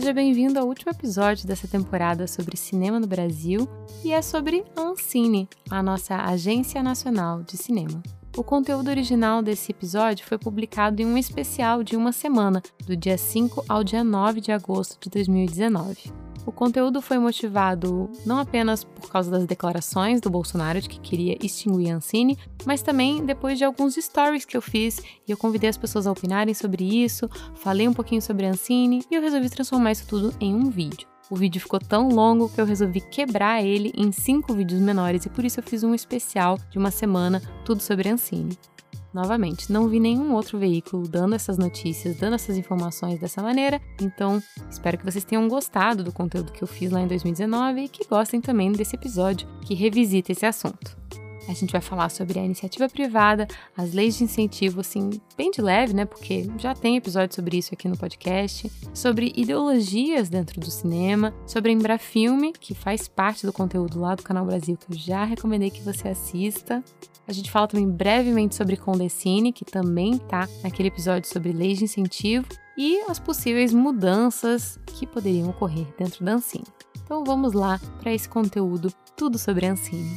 Seja bem-vindo ao último episódio dessa temporada sobre cinema no Brasil e é sobre a Ancine, a nossa Agência Nacional de Cinema. O conteúdo original desse episódio foi publicado em um especial de uma semana, do dia 5 ao dia 9 de agosto de 2019. O conteúdo foi motivado não apenas por causa das declarações do Bolsonaro de que queria extinguir a Ancine, mas também depois de alguns stories que eu fiz e eu convidei as pessoas a opinarem sobre isso, falei um pouquinho sobre a Ancine e eu resolvi transformar isso tudo em um vídeo. O vídeo ficou tão longo que eu resolvi quebrar ele em 5 vídeos menores e por isso eu fiz um especial de uma semana, tudo sobre a Ancine. Novamente, não vi nenhum outro veículo dando essas notícias, dando essas informações dessa maneira, então espero que vocês tenham gostado do conteúdo que eu fiz lá em 2019 e que gostem também desse episódio que revisita esse assunto. A gente vai falar sobre a iniciativa privada, as leis de incentivo, assim, bem de leve, né? Porque já tem episódio sobre isso aqui no podcast, sobre ideologias dentro do cinema, sobre a Embrafilme, que faz parte do conteúdo lá do Canal Brasil, que eu já recomendei que você assista. A gente fala também brevemente sobre Condecine, que também tá naquele episódio sobre leis de incentivo, e as possíveis mudanças que poderiam ocorrer dentro da Ancine. Então vamos lá para esse conteúdo, tudo sobre a Ancine.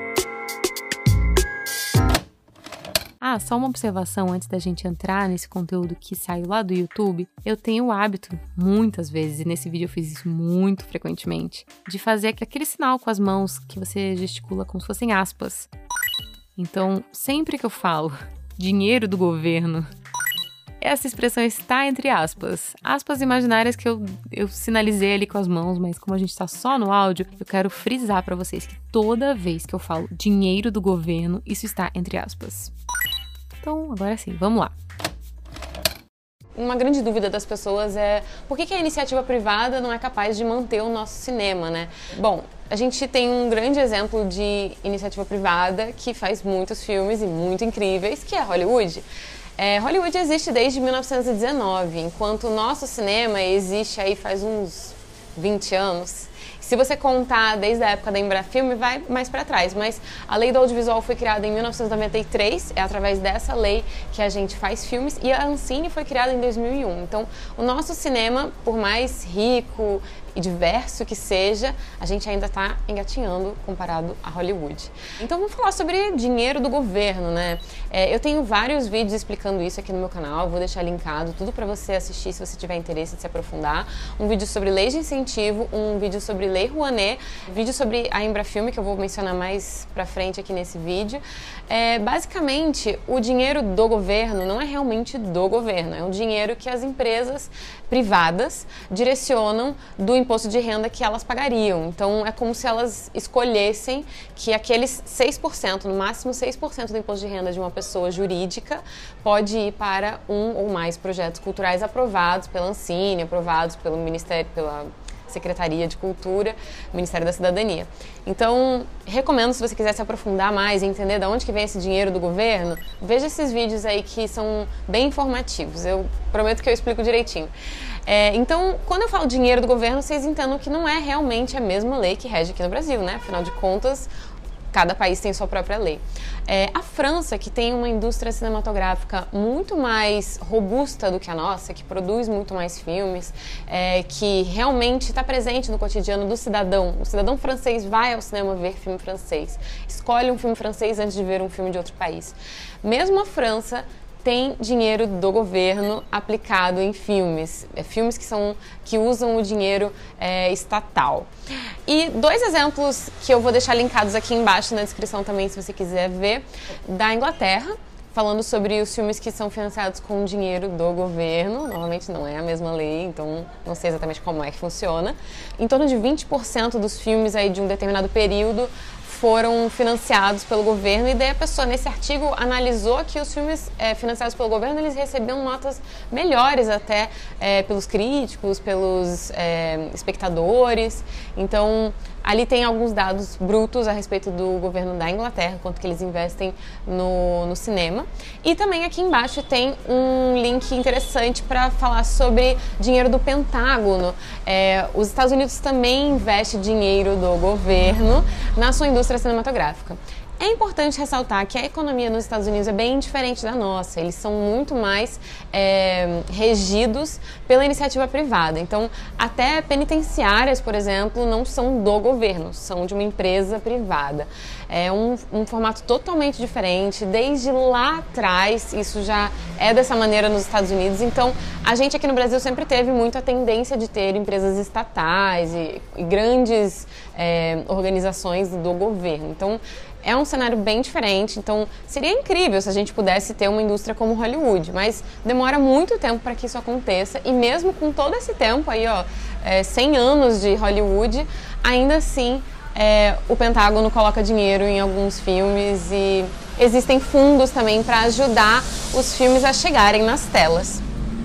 Só uma observação antes da gente entrar nesse conteúdo que saiu lá do YouTube. Eu tenho o hábito, muitas vezes, e nesse vídeo eu fiz isso muito frequentemente, de fazer aquele sinal com as mãos que você gesticula como se fossem aspas. Então, sempre que eu falo dinheiro do governo, essa expressão está entre aspas. Aspas imaginárias que eu sinalizei ali com as mãos, mas como a gente está só no áudio, eu quero frisar para vocês que toda vez que eu falo dinheiro do governo, isso está entre aspas. Então, agora sim, vamos lá. Uma grande dúvida das pessoas é por que a iniciativa privada não é capaz de manter o nosso cinema, né? Bom, a gente tem um grande exemplo de iniciativa privada que faz muitos filmes e muito incríveis, que é Hollywood. Hollywood existe desde 1919, enquanto o nosso cinema existe aí faz uns 20 anos. Se você contar desde a época da Embrafilme, vai mais para trás, mas a lei do audiovisual foi criada em 1993, é através dessa lei que a gente faz filmes, e a Ancine foi criada em 2001. Então, o nosso cinema, por mais rico e diverso que seja, a gente ainda está engatinhando comparado a Hollywood. Então vamos falar sobre dinheiro do governo, né? Eu tenho vários vídeos explicando isso aqui no meu canal, vou deixar linkado tudo para você assistir se você tiver interesse de se aprofundar. Um vídeo sobre leis de incentivo, um vídeo sobre Lei Rouanet, um vídeo sobre a Embrafilme, que eu vou mencionar mais pra frente aqui nesse vídeo. Basicamente, o dinheiro do governo não é realmente do governo, é um dinheiro que as empresas privadas direcionam do imposto de renda que elas pagariam. Então, é como se elas escolhessem que aqueles 6%, no máximo 6% do imposto de renda de uma pessoa jurídica pode ir para um ou mais projetos culturais aprovados pela Ancine, aprovados pelo Ministério, pela Secretaria de Cultura, Ministério da Cidadania. Então, recomendo, se você quiser se aprofundar mais e entender de onde que vem esse dinheiro do governo, veja esses vídeos aí que são bem informativos. Eu prometo que eu explico direitinho. Então, quando eu falo dinheiro do governo, vocês entendam que não é realmente a mesma lei que rege aqui no Brasil, né? Afinal de contas, cada país tem sua própria lei. A França, que tem uma indústria cinematográfica muito mais robusta do que a nossa, que produz muito mais filmes, que realmente está presente no cotidiano do cidadão. O cidadão francês vai ao cinema ver filme francês, escolhe um filme francês antes de ver um filme de outro país. Mesmo a França tem dinheiro do governo aplicado em filmes, filmes que usam o dinheiro estatal. E 2 exemplos que eu vou deixar linkados aqui embaixo na descrição também, se você quiser ver, da Inglaterra, falando sobre os filmes que são financiados com dinheiro do governo. Novamente não é a mesma lei, então não sei exatamente como é que funciona. Em torno de 20% dos filmes aí de um determinado período foram financiados pelo governo, e daí a pessoa nesse artigo analisou que os filmes financiados pelo governo, eles recebiam notas melhores até pelos críticos, pelos espectadores. Então ali tem alguns dados brutos a respeito do governo da Inglaterra, quanto que eles investem no cinema. E também aqui embaixo tem um link interessante para falar sobre dinheiro do Pentágono. Os Estados Unidos também investem dinheiro do governo na sua indústria cinematográfica. É importante ressaltar que a economia nos Estados Unidos é bem diferente da nossa. Eles são muito mais regidos pela iniciativa privada. Então, até penitenciárias, por exemplo, não são do governo, são de uma empresa privada. É um formato totalmente diferente. Desde lá atrás, isso já é dessa maneira nos Estados Unidos. Então, a gente aqui no Brasil sempre teve muito a tendência de ter empresas estatais e grandes organizações do governo. Então, é um cenário bem diferente, então seria incrível se a gente pudesse ter uma indústria como Hollywood, mas demora muito tempo para que isso aconteça, e mesmo com todo esse tempo aí, 100 anos de Hollywood, ainda assim o Pentágono coloca dinheiro em alguns filmes e existem fundos também para ajudar os filmes a chegarem nas telas.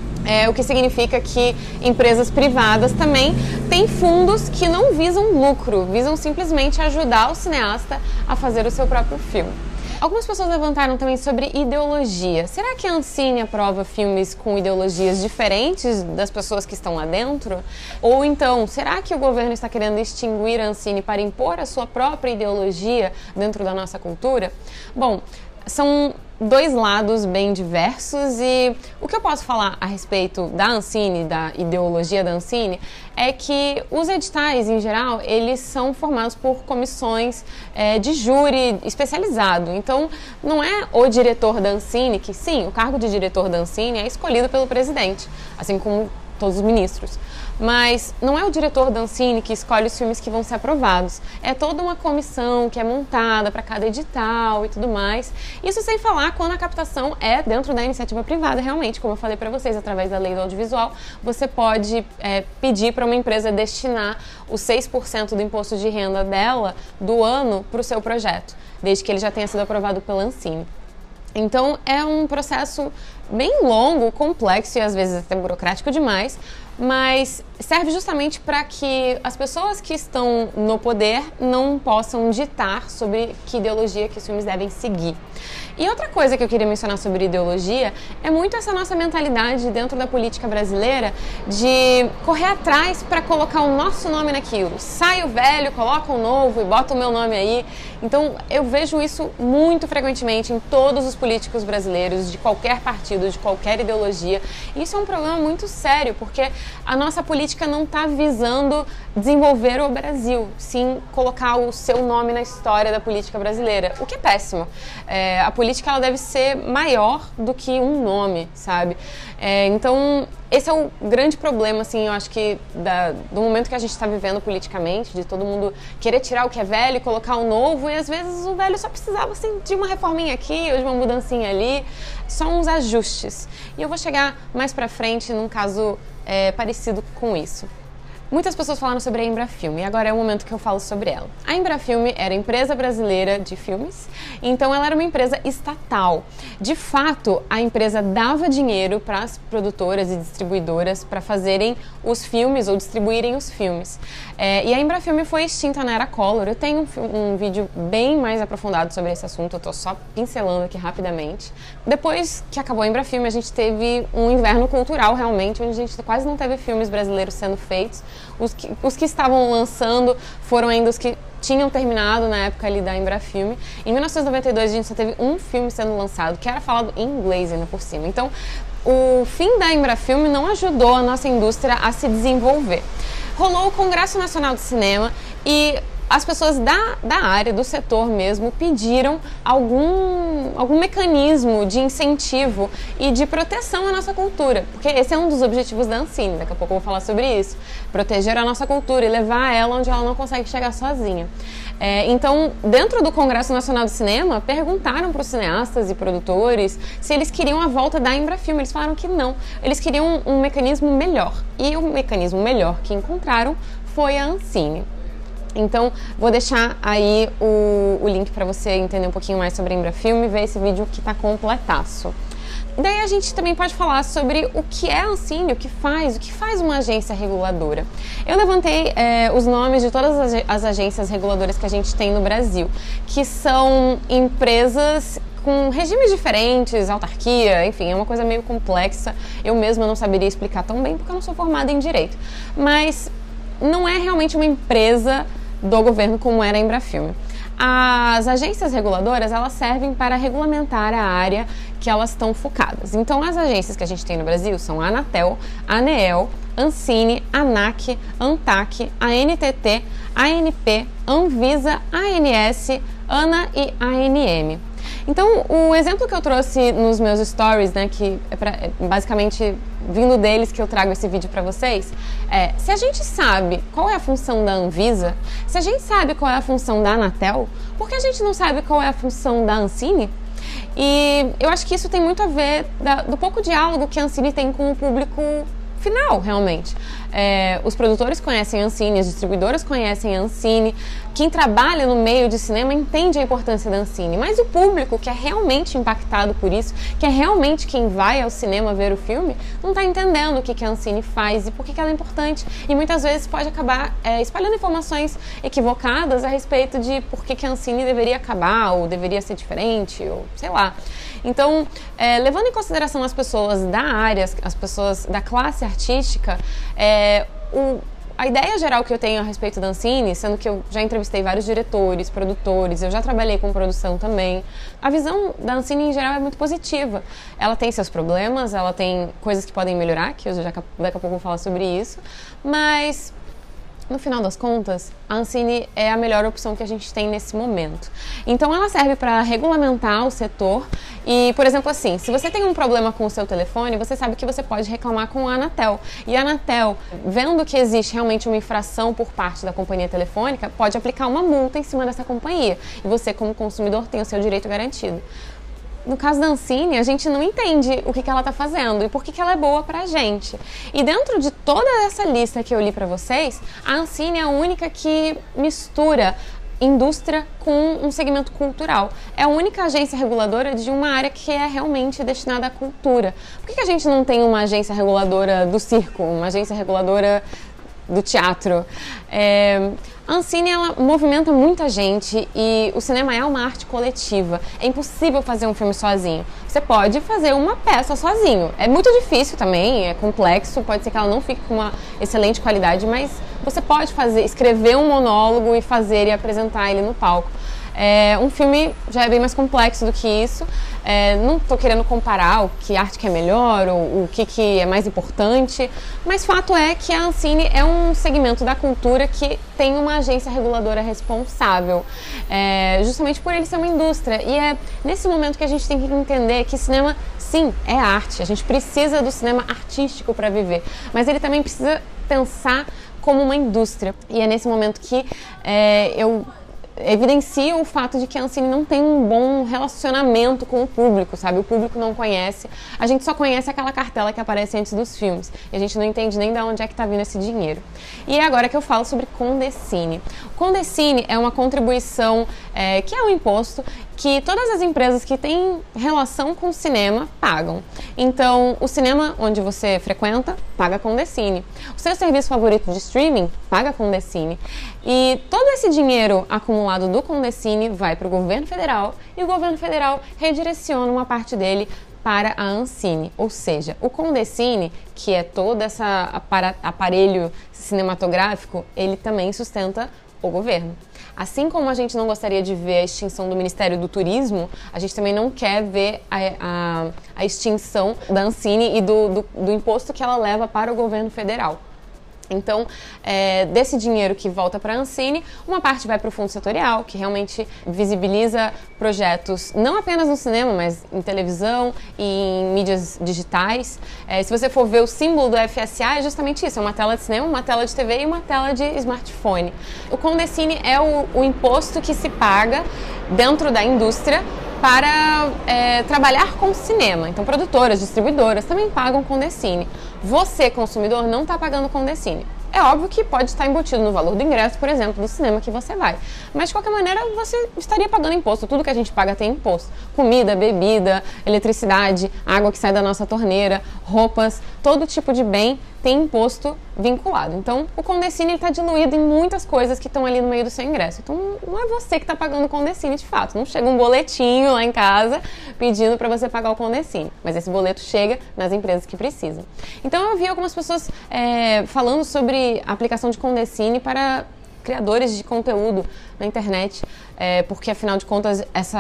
O que significa que empresas privadas também têm fundos que não visam lucro, visam simplesmente ajudar o cineasta a fazer o seu próprio filme. Algumas pessoas levantaram também sobre ideologia. Será que a Ancine aprova filmes com ideologias diferentes das pessoas que estão lá dentro? Ou então, será que o governo está querendo extinguir a Ancine para impor a sua própria ideologia dentro da nossa cultura? Bom, são dois lados bem diversos, e o que eu posso falar a respeito da Ancine, da ideologia da Ancine, é que os editais, em geral, eles são formados por comissões de júri especializado. Então, não é o diretor da Ancine, que sim, o cargo de diretor da Ancine é escolhido pelo presidente, assim como todos os ministros. Mas não é o diretor da Ancine que escolhe os filmes que vão ser aprovados. É toda uma comissão que é montada para cada edital e tudo mais. Isso sem falar quando a captação é dentro da iniciativa privada, realmente. Como eu falei para vocês, através da lei do audiovisual, você pode pedir para uma empresa destinar os 6% do imposto de renda dela do ano para o seu projeto, desde que ele já tenha sido aprovado pela Ancine. Então, é um processo bem longo, complexo e às vezes até burocrático demais, mas serve justamente para que as pessoas que estão no poder não possam ditar sobre que ideologia que os filmes devem seguir. E outra coisa que eu queria mencionar sobre ideologia é muito essa nossa mentalidade dentro da política brasileira de correr atrás para colocar o nosso nome naquilo. Sai o velho, coloca o novo e bota o meu nome aí. Então eu vejo isso muito frequentemente em todos os políticos brasileiros, de qualquer partido, de qualquer ideologia. E isso é um problema muito sério, porque a nossa política não está visando desenvolver o Brasil, sim colocar o seu nome na história da política brasileira, o que é péssimo. A política ela deve ser maior do que um nome, sabe? Então, esse é o grande problema, assim, eu acho que do momento que a gente está vivendo politicamente, de todo mundo querer tirar o que é velho e colocar o novo, e às vezes o velho só precisava, assim, de uma reforminha aqui ou de uma mudancinha ali, só uns ajustes. E eu vou chegar mais pra frente num caso parecido com isso. Muitas pessoas falaram sobre a Embrafilme, e agora é o momento que eu falo sobre ela. A Embrafilme era a empresa brasileira de filmes, então ela era uma empresa estatal. De fato, a empresa dava dinheiro para as produtoras e distribuidoras para fazerem os filmes ou distribuírem os filmes. E a Embrafilme foi extinta na Era Collor. Eu tenho um vídeo bem mais aprofundado sobre esse assunto, eu estou só pincelando aqui rapidamente. Depois que acabou a Embrafilme, a gente teve um inverno cultural realmente, onde a gente quase não teve filmes brasileiros sendo feitos. Os que estavam lançando foram ainda os que tinham terminado na época ali da Embrafilme. Em 1992 a gente só teve um filme sendo lançado, que era falado em inglês ainda por cima. Então, o fim da Embrafilme não ajudou a nossa indústria a se desenvolver. Rolou o Congresso Nacional de Cinema e as pessoas da área, do setor mesmo, pediram algum mecanismo de incentivo e de proteção à nossa cultura, porque esse é um dos objetivos da Ancine, daqui a pouco eu vou falar sobre isso, proteger a nossa cultura e levar ela onde ela não consegue chegar sozinha. Então, dentro do Congresso Nacional de Cinema, perguntaram para os cineastas e produtores se eles queriam a volta da Embrafilme. Eles falaram que não, eles queriam um mecanismo melhor, e o mecanismo melhor que encontraram foi a Ancine. Então, vou deixar aí o link para você entender um pouquinho mais sobre a Embrafilme e ver esse vídeo que tá completaço. Daí a gente também pode falar sobre o que é a Ancine, o que faz uma agência reguladora. Eu levantei os nomes de todas as agências reguladoras que a gente tem no Brasil, que são empresas com regimes diferentes, autarquia, enfim, é uma coisa meio complexa. Eu mesma não saberia explicar tão bem porque eu não sou formada em Direito. Mas não é realmente uma empresa do governo como era a Embrafilme. As agências reguladoras, elas servem para regulamentar a área que elas estão focadas. Então, as agências que a gente tem no Brasil são a Anatel, a ANEEL, Ancine, ANAC, ANTAC, ANTT, ANP, Anvisa, ANS, ANA e ANM. Então, o exemplo que eu trouxe nos meus stories, né, que é basicamente vindo deles que eu trago esse vídeo para vocês, se a gente sabe qual é a função da Anvisa, se a gente sabe qual é a função da Anatel, por que a gente não sabe qual é a função da Ancine? E eu acho que isso tem muito a ver do pouco diálogo que a Ancine tem com o público final, realmente. Os produtores conhecem a Ancine, as distribuidoras conhecem a Ancine, quem trabalha no meio de cinema entende a importância da Ancine, mas o público que é realmente impactado por isso, que é realmente quem vai ao cinema ver o filme, não está entendendo o que a Ancine faz e por que ela é importante, e muitas vezes pode acabar espalhando informações equivocadas a respeito de por que a Ancine deveria acabar, ou deveria ser diferente, ou sei lá. Então, levando em consideração as pessoas da área, as pessoas da classe artística, a ideia geral que eu tenho a respeito da Ancine, sendo que eu já entrevistei vários diretores, produtores, eu já trabalhei com produção também, a visão da Ancine em geral é muito positiva. Ela tem seus problemas, ela tem coisas que podem melhorar, que eu daqui a pouco vou falar sobre isso, mas no final das contas, a Ancine é a melhor opção que a gente tem nesse momento. Então ela serve para regulamentar o setor e, por exemplo, assim, se você tem um problema com o seu telefone, você sabe que você pode reclamar com a Anatel. E a Anatel, vendo que existe realmente uma infração por parte da companhia telefônica, pode aplicar uma multa em cima dessa companhia. E você, como consumidor, tem o seu direito garantido. No caso da Ancine, a gente não entende o que ela está fazendo e por que ela é boa pra gente. E dentro de toda essa lista que eu li para vocês, a Ancine é a única que mistura indústria com um segmento cultural. É a única agência reguladora de uma área que é realmente destinada à cultura. Por que a gente não tem uma agência reguladora do circo, uma agência reguladora do teatro? A Ancine, ela movimenta muita gente e o cinema é uma arte coletiva. É impossível fazer um filme sozinho. Você pode fazer uma peça sozinho. É muito difícil também, é complexo, pode ser que ela não fique com uma excelente qualidade, mas você pode escrever um monólogo e fazer e apresentar ele no palco. Um filme já é bem mais complexo do que isso. Não estou querendo comparar o que arte que é melhor ou o que é mais importante, mas fato é que a Ancine é um segmento da cultura que tem uma agência reguladora responsável, justamente por ele ser uma indústria. E é nesse momento que a gente tem que entender que cinema, sim, é arte. A gente precisa do cinema artístico para viver, mas ele também precisa pensar como uma indústria. E é nesse momento que eu evidencia o fato de que a Ancine não tem um bom relacionamento com o público, sabe? O público não conhece, a gente só conhece aquela cartela que aparece antes dos filmes e a gente não entende nem de onde é que está vindo esse dinheiro. E é agora que eu falo sobre Condecine. O Condecine é uma contribuição que é um imposto que todas as empresas que têm relação com o cinema pagam. Então, o cinema onde você frequenta, paga Condecine. O seu serviço favorito de streaming, paga Condecine. E todo esse dinheiro acumulado do Condecine vai para o governo federal e o governo federal redireciona uma parte dele para a Ancine. Ou seja, o Condecine, que é todo esse aparelho cinematográfico, ele também sustenta o governo. Assim como a gente não gostaria de ver a extinção do Ministério do Turismo, a gente também não quer ver a extinção da Ancine e do imposto que ela leva para o governo federal. Então, desse dinheiro que volta para a Ancine, uma parte vai para o fundo setorial, que realmente visibiliza projetos não apenas no cinema, mas em televisão e em mídias digitais. Se você for ver o símbolo do FSA, é justamente isso, é uma tela de cinema, uma tela de TV e uma tela de smartphone. O Condecine é o imposto que se paga dentro da indústria para trabalhar com cinema. Então, produtoras, distribuidoras também pagam Condecine. Você, consumidor, não está pagando Condecine. É óbvio que pode estar embutido no valor do ingresso, por exemplo, do cinema que você vai. Mas, de qualquer maneira, você estaria pagando imposto. Tudo que a gente paga tem imposto. Comida, bebida, eletricidade, água que sai da nossa torneira, roupas, todo tipo de bem tem imposto vinculado. Então, o Condecine está diluído em muitas coisas que estão ali no meio do seu ingresso. Então, não é você que está pagando o Condecine de fato. Não chega um boletinho lá em casa pedindo para você pagar o Condecine. Mas esse boleto chega nas empresas que precisam. Então, eu vi algumas pessoas falando sobre a aplicação de Condecine para criadores de conteúdo na internet, porque afinal de contas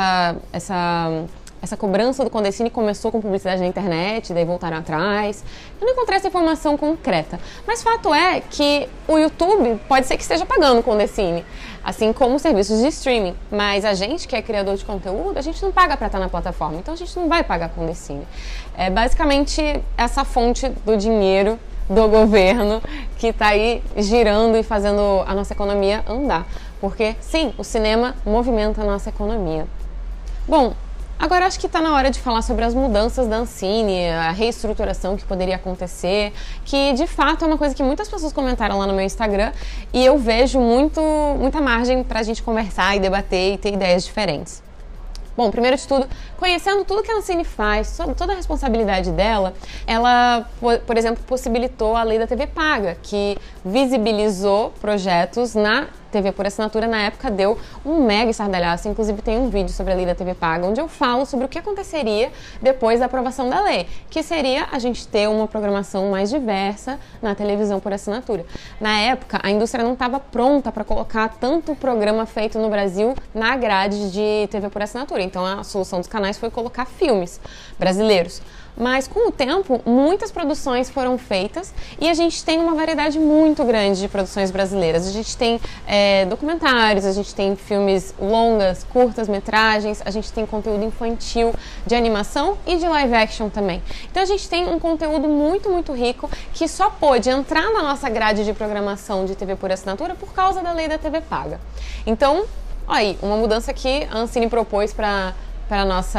essa cobrança do Condecine começou com publicidade na internet, daí voltaram atrás. Eu não encontrei essa informação concreta. Mas fato é que o YouTube pode ser que esteja pagando o Condecine, assim como os serviços de streaming. Mas a gente que é criador de conteúdo, a gente não paga para estar na plataforma, então a gente não vai pagar Condecine. É basicamente essa fonte do dinheiro do governo que está aí girando e fazendo a nossa economia andar. Porque, sim, o cinema movimenta a nossa economia. Bom, agora acho que está na hora de falar sobre as mudanças da Ancine, a reestruturação que poderia acontecer, que de fato é uma coisa que muitas pessoas comentaram lá no meu Instagram e eu vejo muita margem para a gente conversar e debater e ter ideias diferentes. Bom, primeiro de tudo, conhecendo tudo que a Ancine faz, toda a responsabilidade dela, ela, por exemplo, possibilitou a lei da TV paga, que visibilizou projetos na TV por assinatura. Na época deu um mega estardalhaço, inclusive tem um vídeo sobre a lei da TV paga, onde eu falo sobre o que aconteceria depois da aprovação da lei, que seria a gente ter uma programação mais diversa na televisão por assinatura. Na época, a indústria não estava pronta para colocar tanto programa feito no Brasil na grade de TV por assinatura, então a solução dos canais foi colocar filmes brasileiros. Mas com o tempo, muitas produções foram feitas e a gente tem uma variedade muito grande de produções brasileiras. A gente tem documentários, a gente tem filmes longas, curtas metragens, a gente tem conteúdo infantil, de animação e de live action também. Então a gente tem um conteúdo muito, muito rico que só pôde entrar na nossa grade de programação de TV por assinatura por causa da lei da TV paga. Então, aí, uma mudança que a Ancine propôs para a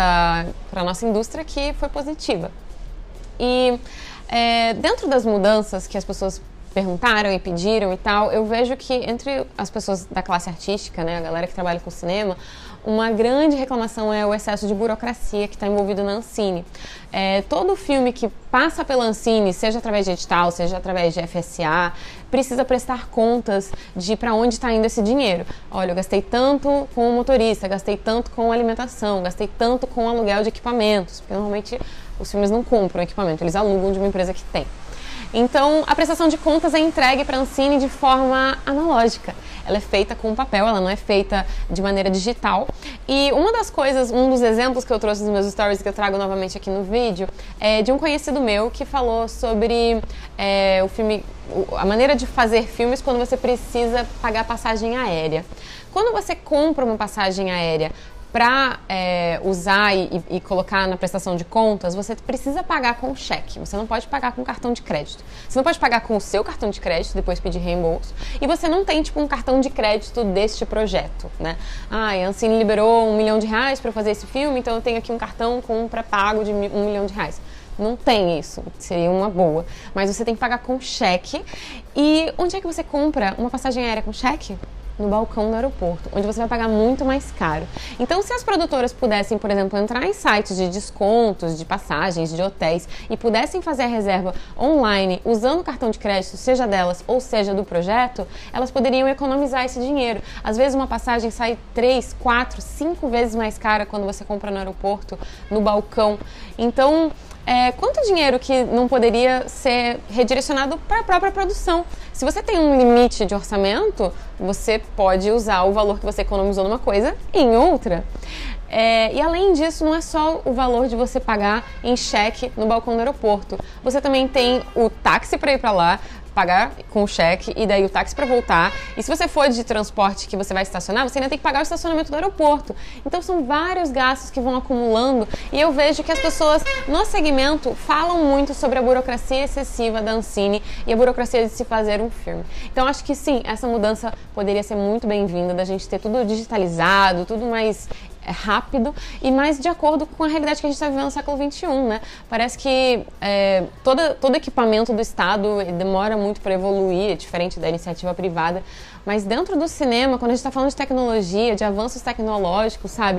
nossa indústria que foi positiva. E dentro das mudanças que as pessoas perguntaram e pediram e tal, eu vejo que entre as pessoas da classe artística, né, a galera que trabalha com cinema, uma grande reclamação é o excesso de burocracia que está envolvido na Ancine. Todo filme que passa pela Ancine, seja através de edital, seja através de FSA, precisa prestar contas de para onde está indo esse dinheiro. Olha, eu gastei tanto com o motorista, gastei tanto com alimentação, gastei tanto com aluguel de equipamentos, porque normalmente os filmes não compram equipamento, eles alugam de uma empresa que tem. Então, a prestação de contas é entregue para a Ancine de forma analógica. Ela é feita com papel, ela não é feita de maneira digital. E um dos exemplos que eu trouxe nos meus stories, que eu trago novamente aqui no vídeo, é de um conhecido meu que falou sobre o filme, a maneira de fazer filmes quando você precisa pagar passagem aérea. Quando você compra uma passagem aérea para usar e colocar na prestação de contas, você precisa pagar com cheque. Você não pode pagar com cartão de crédito. Você não pode pagar com o seu cartão de crédito, depois pedir reembolso. E você não tem, um cartão de crédito deste projeto, né? A Ancine liberou R$1 milhão para fazer esse filme, então eu tenho aqui um cartão com um pré-pago de R$1 milhão. Não tem isso, seria uma boa. Mas você tem que pagar com cheque. E onde é que você compra uma passagem aérea com cheque? No balcão do aeroporto, onde você vai pagar muito mais caro. Então, se as produtoras pudessem, por exemplo, entrar em sites de descontos, de passagens, de hotéis e pudessem fazer a reserva online usando o cartão de crédito, seja delas ou seja do projeto, elas poderiam economizar esse dinheiro. Às vezes uma passagem sai 3, 4, 5 vezes mais cara quando você compra no aeroporto, no balcão. Então, quanto dinheiro que não poderia ser redirecionado para a própria produção? Se você tem um limite de orçamento, você pode usar o valor que você economizou numa coisa em outra. E além disso, não é só o valor de você pagar em cheque no balcão do aeroporto. Você também tem o táxi para ir para lá, pagar com o cheque e daí o táxi para voltar. E se você for de transporte que você vai estacionar, você ainda tem que pagar o estacionamento do aeroporto. Então são vários gastos que vão acumulando e eu vejo que as pessoas no segmento falam muito sobre a burocracia excessiva da Ancine e a burocracia de se fazer um filme. Então acho que sim, essa mudança poderia ser muito bem-vinda, da gente ter tudo digitalizado, tudo mais rápido e mais de acordo com a realidade que a gente está vivendo no século XXI, né? Parece que todo equipamento do Estado demora muito para evoluir, é diferente da iniciativa privada, mas dentro do cinema, quando a gente está falando de tecnologia, de avanços tecnológicos, sabe?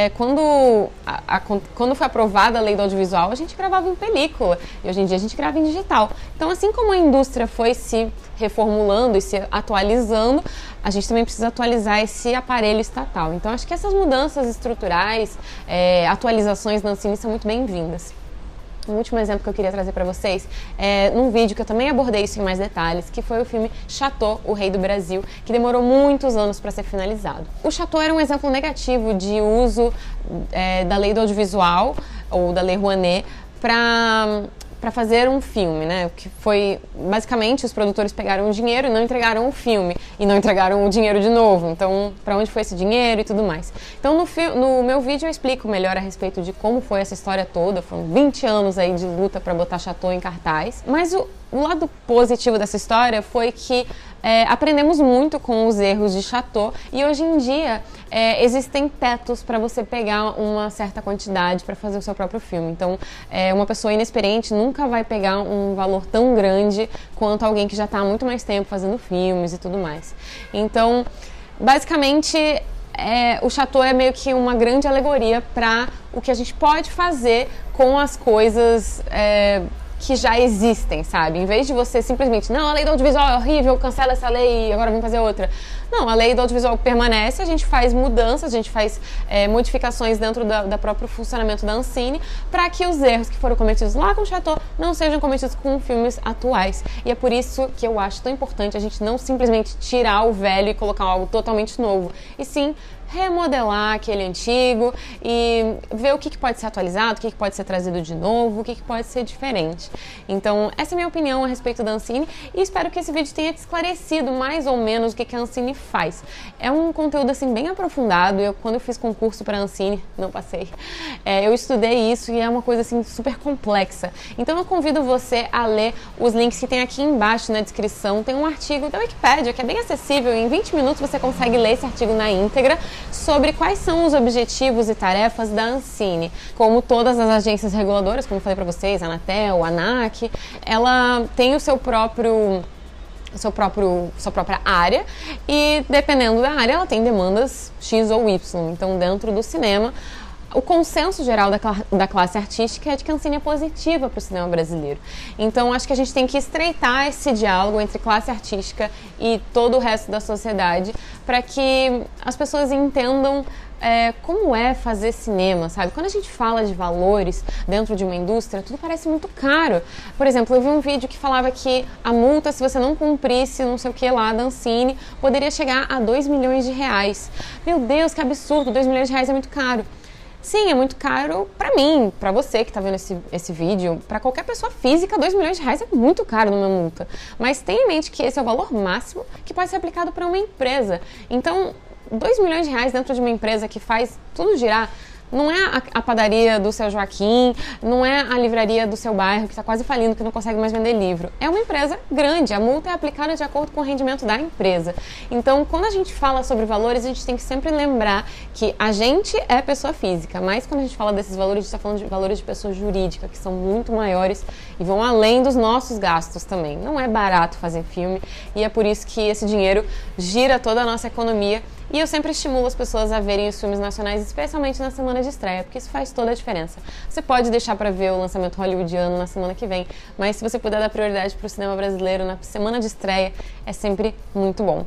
Quando foi aprovada a lei do audiovisual, a gente gravava em película e hoje em dia a gente grava em digital. Então, assim como a indústria foi se reformulando e se atualizando, a gente também precisa atualizar esse aparelho estatal. Então, acho que essas mudanças estruturais, atualizações na Ancine são muito bem-vindas. um último exemplo que eu queria trazer para vocês é num vídeo que eu também abordei isso em mais detalhes, que foi o filme Chateau, O Rei do Brasil, que demorou muitos anos para ser finalizado. O Chateau era um exemplo negativo de uso da lei do audiovisual, ou da lei Rouanet, para fazer um filme, né? Que foi, basicamente, os produtores pegaram o dinheiro e não entregaram o filme, e não entregaram o dinheiro de novo. Então, para onde foi esse dinheiro e tudo mais. Então, no meu vídeo eu explico melhor a respeito de como foi essa história toda. Foram 20 anos aí de luta para botar Chateau em cartaz. Mas o lado positivo dessa história foi que aprendemos muito com os erros de Chateau, e hoje em dia existem tetos para você pegar uma certa quantidade para fazer o seu próprio filme. Então, uma pessoa inexperiente nunca vai pegar um valor tão grande quanto alguém que já está há muito mais tempo fazendo filmes e tudo mais. Então, basicamente, o Chateau é meio que uma grande alegoria para o que a gente pode fazer com as coisas que já existem, sabe? Em vez de você simplesmente, não, a lei do audiovisual é horrível, cancela essa lei e agora vamos fazer outra. Não, a lei do audiovisual permanece, a gente faz mudanças, a gente faz modificações dentro do próprio funcionamento da Ancine para que os erros que foram cometidos lá com o Chateau não sejam cometidos com filmes atuais. E é por isso que eu acho tão importante a gente não simplesmente tirar o velho e colocar algo totalmente novo, e sim remodelar aquele antigo e ver o que pode ser atualizado, o que pode ser trazido de novo, o que pode ser diferente. Então, essa é a minha opinião a respeito da Ancine, e espero que esse vídeo tenha te esclarecido mais ou menos o que a Ancine faz. É um conteúdo assim bem aprofundado. Quando eu fiz concurso para a Ancine, não passei, eu estudei isso e é uma coisa assim super complexa. Então eu convido você a ler os links que tem aqui embaixo na descrição. Tem um artigo da Wikipédia que é bem acessível, em 20 minutos você consegue ler esse artigo na íntegra, sobre quais são os objetivos e tarefas da Ancine. Como todas as agências reguladoras, como eu falei para vocês, a Anatel, a ANAC, ela tem sua própria área, e dependendo da área ela tem demandas X ou Y. Então, dentro do cinema, o consenso geral da classe artística é de que a Ancine é positiva para o cinema brasileiro. Então, acho que a gente tem que estreitar esse diálogo entre classe artística e todo o resto da sociedade, para que as pessoas entendam como é fazer cinema, sabe? Quando a gente fala de valores dentro de uma indústria, tudo parece muito caro. Por exemplo, eu vi um vídeo que falava que a multa, se você não cumprisse não sei o que lá da Ancine, poderia chegar a 2 milhões de reais. Meu Deus, que absurdo, 2 milhões de reais é muito caro. Sim, é muito caro pra mim, pra você que tá vendo esse vídeo, pra qualquer pessoa física, 2 milhões de reais é muito caro numa multa. Mas tenha em mente que esse é o valor máximo que pode ser aplicado para uma empresa. Então, 2 milhões de reais dentro de uma empresa que faz tudo girar, não é a padaria do seu Joaquim, não é a livraria do seu bairro que está quase falindo, que não consegue mais vender livro. É uma empresa grande, a multa é aplicada de acordo com o rendimento da empresa. Então, quando a gente fala sobre valores, a gente tem que sempre lembrar que a gente é pessoa física, mas quando a gente fala desses valores, a gente está falando de valores de pessoa jurídica, que são muito maiores e vão além dos nossos gastos também. Não é barato fazer filme, e é por isso que esse dinheiro gira toda a nossa economia. E eu sempre estimulo as pessoas a verem os filmes nacionais, especialmente na semana de estreia, porque isso faz toda a diferença. Você pode deixar para ver o lançamento hollywoodiano na semana que vem, mas se você puder dar prioridade para o cinema brasileiro na semana de estreia, é sempre muito bom.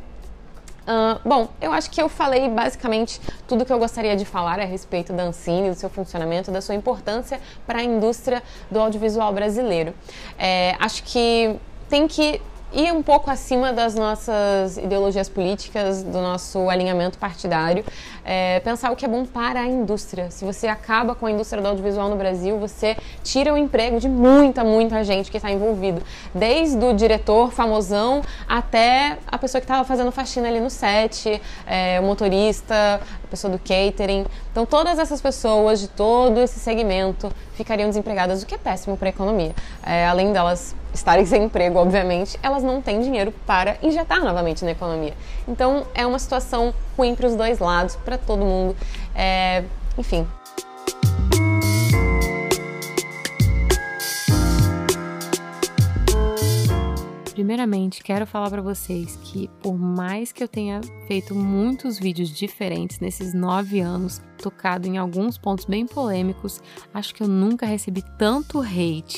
Bom, eu acho que eu falei basicamente tudo que eu gostaria de falar a respeito da Ancine, do seu funcionamento, da sua importância para a indústria do audiovisual brasileiro. Acho que tem que ir um pouco acima das nossas ideologias políticas, do nosso alinhamento partidário, pensar o que é bom para a indústria. Se você acaba com a indústria do audiovisual no Brasil, você tira o emprego de muita gente que está envolvido, desde o diretor famosão até a pessoa que estava fazendo faxina ali no set, o motorista, a pessoa do catering. Então, todas essas pessoas de todo esse segmento ficariam desempregadas, o que é péssimo para a economia. Além delas estarem sem emprego, obviamente, elas não têm dinheiro para injetar novamente na economia. Então, é uma situação ruim para os dois lados, para todo mundo. Enfim. Primeiramente, quero falar para vocês que, por mais que eu tenha feito muitos vídeos diferentes nesses 9 anos, tocado em alguns pontos bem polêmicos, acho que eu nunca recebi tanto hate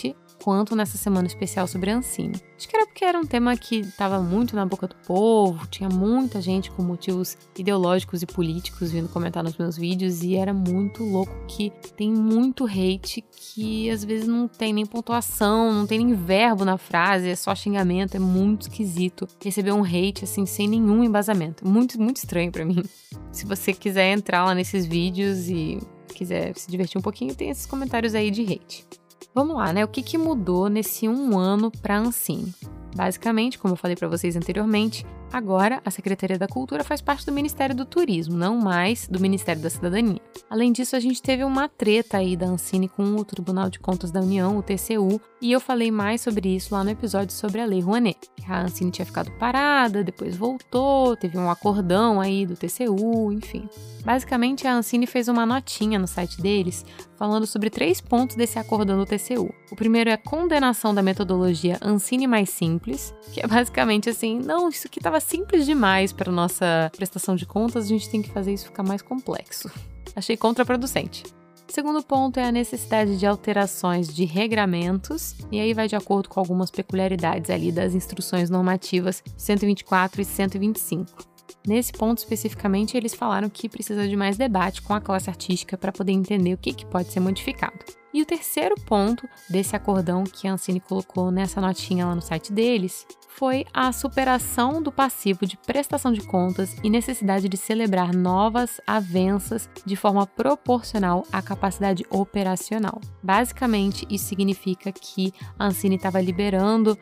quanto nessa semana especial sobre a Ancine. Acho que era porque era um tema que estava muito na boca do povo, tinha muita gente com motivos ideológicos e políticos vindo comentar nos meus vídeos, e era muito louco que tem muito hate que às vezes não tem nem pontuação, não tem nem verbo na frase, é só xingamento, é muito esquisito receber um hate assim sem nenhum embasamento. Muito, muito estranho pra mim. Se você quiser entrar lá nesses vídeos e quiser se divertir um pouquinho, tem esses comentários aí de hate. Vamos lá, né? O que mudou nesse 1 ano para a Ancine? Basicamente, como eu falei para vocês anteriormente, agora a Secretaria da Cultura faz parte do Ministério do Turismo, não mais do Ministério da Cidadania. Além disso, a gente teve uma treta aí da Ancine com o Tribunal de Contas da União, o TCU, e eu falei mais sobre isso lá no episódio sobre a Lei Rouanet. A Ancine tinha ficado parada, depois voltou, teve um acordão aí do TCU, enfim. Basicamente, a Ancine fez uma notinha no site deles falando sobre 3 pontos desse acordão do TCU. O primeiro é a condenação da metodologia Ancine mais simples, que é basicamente assim, não, isso aqui estava simples demais para nossa prestação de contas, a gente tem que fazer isso ficar mais complexo. Achei contraproducente. O segundo ponto é a necessidade de alterações de regramentos, e aí vai de acordo com algumas peculiaridades ali das instruções normativas 124 e 125. Nesse ponto especificamente, eles falaram que precisa de mais debate com a classe artística para poder entender o que pode ser modificado. E o terceiro ponto desse acordão que a Ancine colocou nessa notinha lá no site deles foi a superação do passivo de prestação de contas e necessidade de celebrar novas avanças de forma proporcional à capacidade operacional. Basicamente, isso significa que a Ancine estava liberando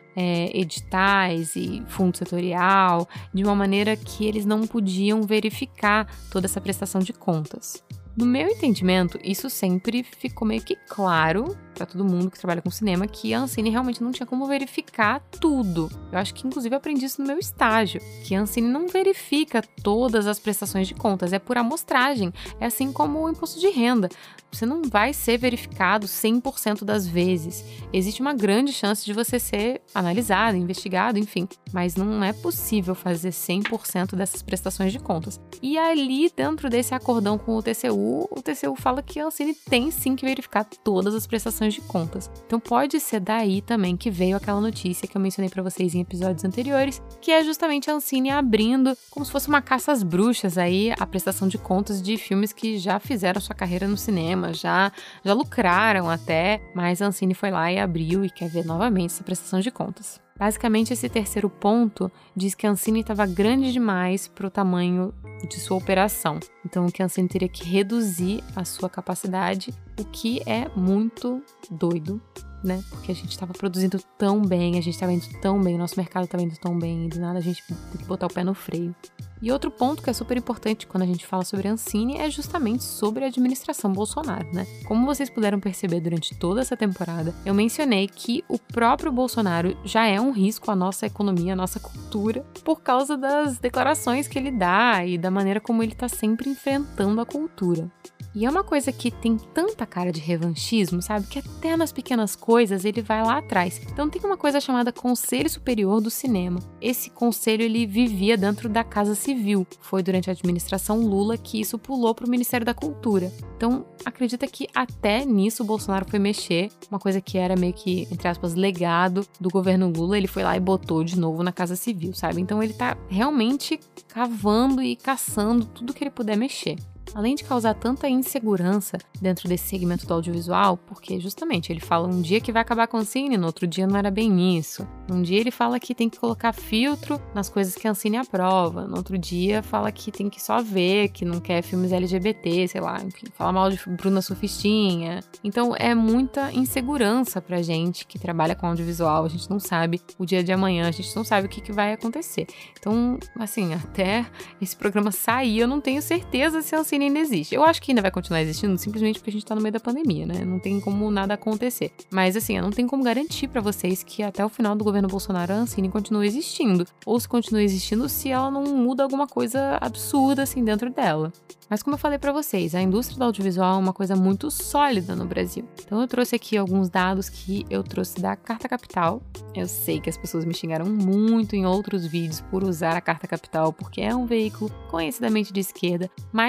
editais e fundo setorial de uma maneira que eles não podiam verificar toda essa prestação de contas. No meu entendimento, isso sempre ficou meio que claro para todo mundo que trabalha com cinema que a Ancine realmente não tinha como verificar tudo. Eu acho que inclusive eu aprendi isso no meu estágio, que a Ancine não verifica todas as prestações de contas, é por amostragem, é assim como o imposto de renda. Você não vai ser verificado 100% das vezes. Existe uma grande chance de você ser analisado, investigado, enfim, mas não é possível fazer 100% dessas prestações de contas. E ali, dentro desse acordão com o TCU fala que a Ancine tem sim que verificar todas as prestações de contas. Então pode ser daí também que veio aquela notícia que eu mencionei para vocês em episódios anteriores, que é justamente a Ancine abrindo como se fosse uma caça às bruxas aí a prestação de contas de filmes que já fizeram sua carreira no cinema, já lucraram até, mas a Ancine foi lá e abriu e quer ver novamente essa prestação de contas. Basicamente, esse terceiro ponto diz que a Ancine estava grande demais para o tamanho de sua operação. Então, que a Ancine teria que reduzir a sua capacidade, o que é muito doido, né? Porque a gente estava produzindo tão bem, a gente estava indo tão bem, o nosso mercado estava indo tão bem, e do nada a gente tem que botar o pé no freio. E outro ponto que é super importante quando a gente fala sobre a Ancine é justamente sobre a administração Bolsonaro, né? Como vocês puderam perceber durante toda essa temporada, eu mencionei que o próprio Bolsonaro já é um risco à nossa economia, à nossa cultura, por causa das declarações que ele dá e da maneira como ele está sempre enfrentando a cultura. E é uma coisa que tem tanta cara de revanchismo, sabe? Que até nas pequenas coisas ele vai lá atrás. Então tem uma coisa chamada Conselho Superior do Cinema. Esse conselho ele vivia dentro da Casa Civil. Foi durante a administração Lula que isso pulou para o Ministério da Cultura. Então acredita que até nisso o Bolsonaro foi mexer. Uma coisa que era meio que, entre aspas, legado do governo Lula, ele foi lá e botou de novo na Casa Civil, sabe? Então ele tá realmente cavando e caçando tudo que ele puder mexer. Além de causar tanta insegurança dentro desse segmento do audiovisual, porque justamente ele fala um dia que vai acabar com a Ancine, no outro dia não era bem isso. Um dia ele fala que tem que colocar filtro nas coisas que a Ancine aprova, no outro dia fala que tem que só ver, que não quer filmes LGBT, sei lá, enfim, fala mal de Bruna Surfistinha. Então é muita insegurança pra gente que trabalha com audiovisual, a gente não sabe o dia de amanhã, a gente não sabe o que vai acontecer. Então, assim, até esse programa sair, eu não tenho certeza se a Ancine ainda existe. Eu acho que ainda vai continuar existindo simplesmente porque a gente tá no meio da pandemia, né? Não tem como nada acontecer. Mas assim, eu não tenho como garantir pra vocês que até o final do governo Bolsonaro a Ancine continua existindo. Ou se continua existindo, se ela não muda alguma coisa absurda assim dentro dela. Mas como eu falei pra vocês, a indústria do audiovisual é uma coisa muito sólida no Brasil. Então eu trouxe aqui alguns dados que eu trouxe da Carta Capital. Eu sei que as pessoas me xingaram muito em outros vídeos por usar a Carta Capital, porque é um veículo conhecidamente de esquerda, mas eu acredito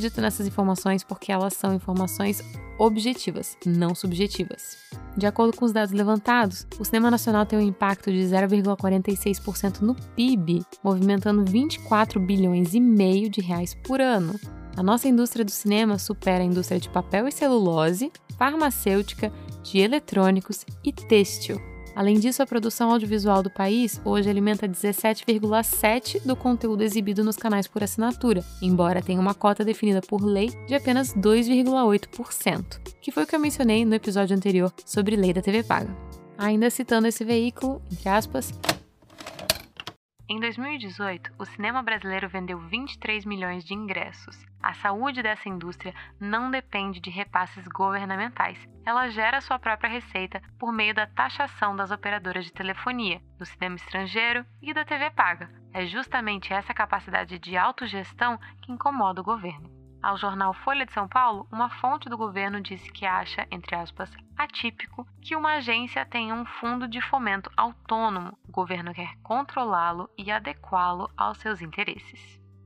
acredito nessas informações porque elas são informações objetivas, não subjetivas. De acordo com os dados levantados, o cinema nacional tem um impacto de 0,46% no PIB, movimentando 24 bilhões e meio de reais por ano. A nossa indústria do cinema supera a indústria de papel e celulose, farmacêutica, de eletrônicos e têxtil. Além disso, a produção audiovisual do país hoje alimenta 17,7% do conteúdo exibido nos canais por assinatura, embora tenha uma cota definida por lei de apenas 2,8%, que foi o que eu mencionei no episódio anterior sobre lei da TV paga. Ainda citando esse veículo, entre aspas, em 2018, o cinema brasileiro vendeu 23 milhões de ingressos. A saúde dessa indústria não depende de repasses governamentais. Ela gera sua própria receita por meio da taxação das operadoras de telefonia, do cinema estrangeiro e da TV paga. É justamente essa capacidade de autogestão que incomoda o governo. Ao jornal Folha de São Paulo, uma fonte do governo disse que acha, entre aspas, atípico que uma agência tenha um fundo de fomento autônomo. O governo quer controlá-lo e adequá-lo aos seus interesses.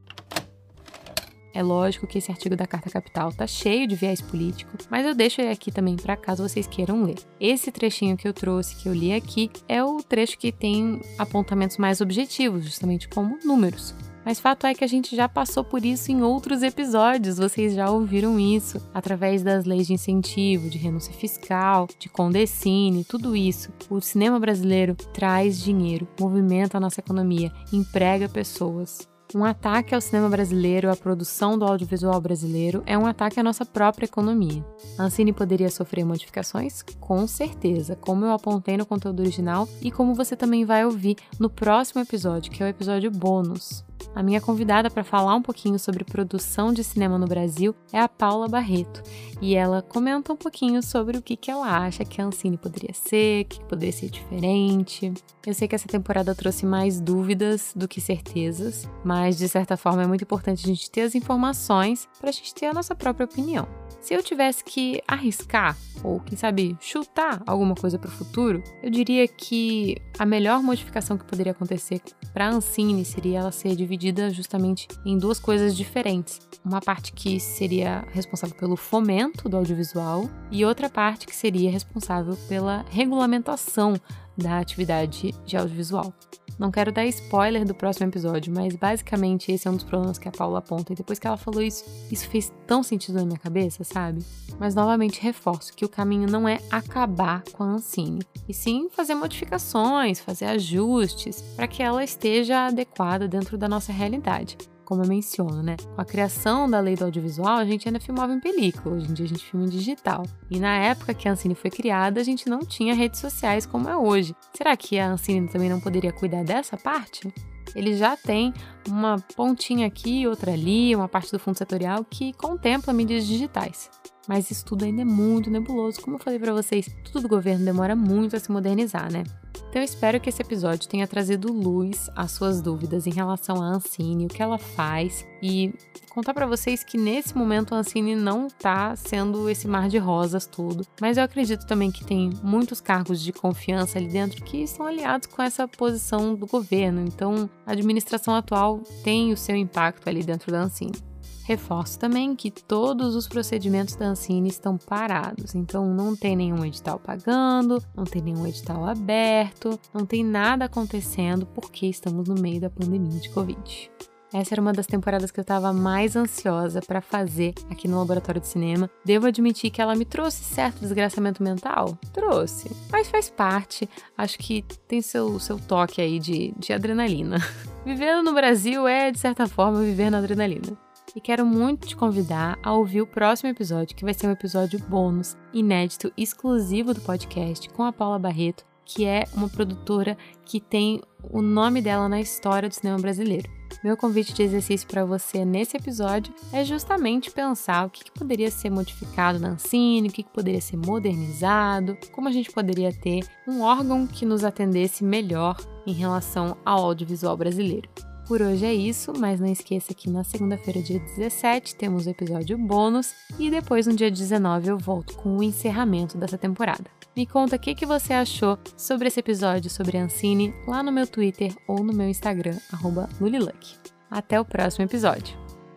É lógico que esse artigo da Carta Capital tá cheio de viés político, mas eu deixo ele aqui também para caso vocês queiram ler. Esse trechinho que eu trouxe, que eu li aqui, é o trecho que tem apontamentos mais objetivos, justamente como números. Mas fato é que a gente já passou por isso em outros episódios, vocês já ouviram isso, através das leis de incentivo, de renúncia fiscal, de Condecine, tudo isso. O cinema brasileiro traz dinheiro, movimenta a nossa economia, emprega pessoas. Um ataque ao cinema brasileiro, à produção do audiovisual brasileiro, é um ataque à nossa própria economia. A Ancine poderia sofrer modificações? Com certeza, como eu apontei no conteúdo original e como você também vai ouvir no próximo episódio, que é o episódio bônus. A minha convidada para falar um pouquinho sobre produção de cinema no Brasil é a Paula Barreto, e ela comenta um pouquinho sobre o que ela acha que a Ancine poderia ser, o que poderia ser diferente. Eu sei que essa temporada trouxe mais dúvidas do que certezas, mas de certa forma é muito importante a gente ter as informações para a gente ter a nossa própria opinião. Se eu tivesse que arriscar, ou quem sabe chutar alguma coisa para o futuro, eu diria que a melhor modificação que poderia acontecer para a Ancine seria ela ser dividida justamente em duas coisas diferentes. Uma parte que seria responsável pelo fomento do audiovisual e outra parte que seria responsável pela regulamentação da atividade de audiovisual. Não quero dar spoiler do próximo episódio, mas basicamente esse é um dos problemas que a Paula aponta, e depois que ela falou isso fez tão sentido na minha cabeça, sabe? Mas novamente reforço que o caminho não é acabar com a Ancine, e sim fazer modificações, fazer ajustes, para que ela esteja adequada dentro da nossa realidade. Como eu menciono, né? Com a criação da lei do audiovisual, a gente ainda filmava em película, hoje em dia a gente filma em digital. E na época que a Ancine foi criada, a gente não tinha redes sociais como é hoje. Será que a Ancine também não poderia cuidar dessa parte? Ele já tem uma pontinha aqui, outra ali, uma parte do fundo setorial que contempla mídias digitais. Mas isso tudo ainda é muito nebuloso, como eu falei pra vocês, tudo do governo demora muito a se modernizar, né? Então eu espero que esse episódio tenha trazido luz às suas dúvidas em relação à Ancine, o que ela faz, e contar pra vocês que nesse momento a Ancine não tá sendo esse mar de rosas tudo, mas eu acredito também que tem muitos cargos de confiança ali dentro que estão aliados com essa posição do governo, então a administração atual tem o seu impacto ali dentro da Ancine. Reforço também que todos os procedimentos da Ancine estão parados, então não tem nenhum edital pagando, não tem nenhum edital aberto, não tem nada acontecendo porque estamos no meio da pandemia de Covid. Essa era uma das temporadas que eu estava mais ansiosa para fazer aqui no Laboratório de Cinema. Devo admitir que ela me trouxe certo desgraçamento mental? Trouxe, mas faz parte, acho que tem seu toque aí de adrenalina. Vivendo no Brasil é, de certa forma, viver na adrenalina. E quero muito te convidar a ouvir o próximo episódio, que vai ser um episódio bônus, inédito, exclusivo do podcast, com a Paula Barreto, que é uma produtora que tem o nome dela na história do cinema brasileiro. Meu convite de exercício para você nesse episódio é justamente pensar o que poderia ser modificado na Ancine, o que poderia ser modernizado, como a gente poderia ter um órgão que nos atendesse melhor em relação ao audiovisual brasileiro. Por hoje é isso, mas não esqueça que na segunda-feira, dia 17, temos o episódio bônus e depois no dia 19 eu volto com o encerramento dessa temporada. Me conta o que você achou sobre esse episódio sobre a Ancine lá no meu Twitter ou no meu Instagram, @luliluck. Até o próximo episódio!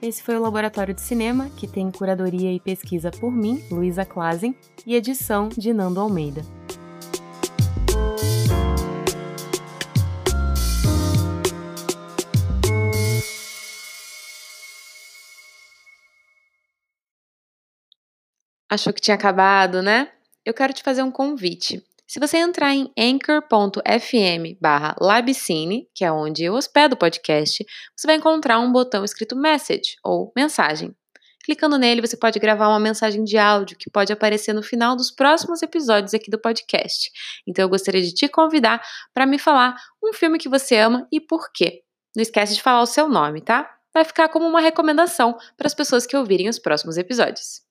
Esse foi o Laboratório de Cinema, que tem curadoria e pesquisa por mim, Luísa Klazen, e edição de Nando Almeida. Achou que tinha acabado, né? Eu quero te fazer um convite. Se você entrar em anchor.fm/labcine, que é onde eu hospedo o podcast, você vai encontrar um botão escrito Message, ou Mensagem. Clicando nele, você pode gravar uma mensagem de áudio que pode aparecer no final dos próximos episódios aqui do podcast. Então eu gostaria de te convidar para me falar um filme que você ama e por quê. Não esquece de falar o seu nome, tá? Vai ficar como uma recomendação para as pessoas que ouvirem os próximos episódios.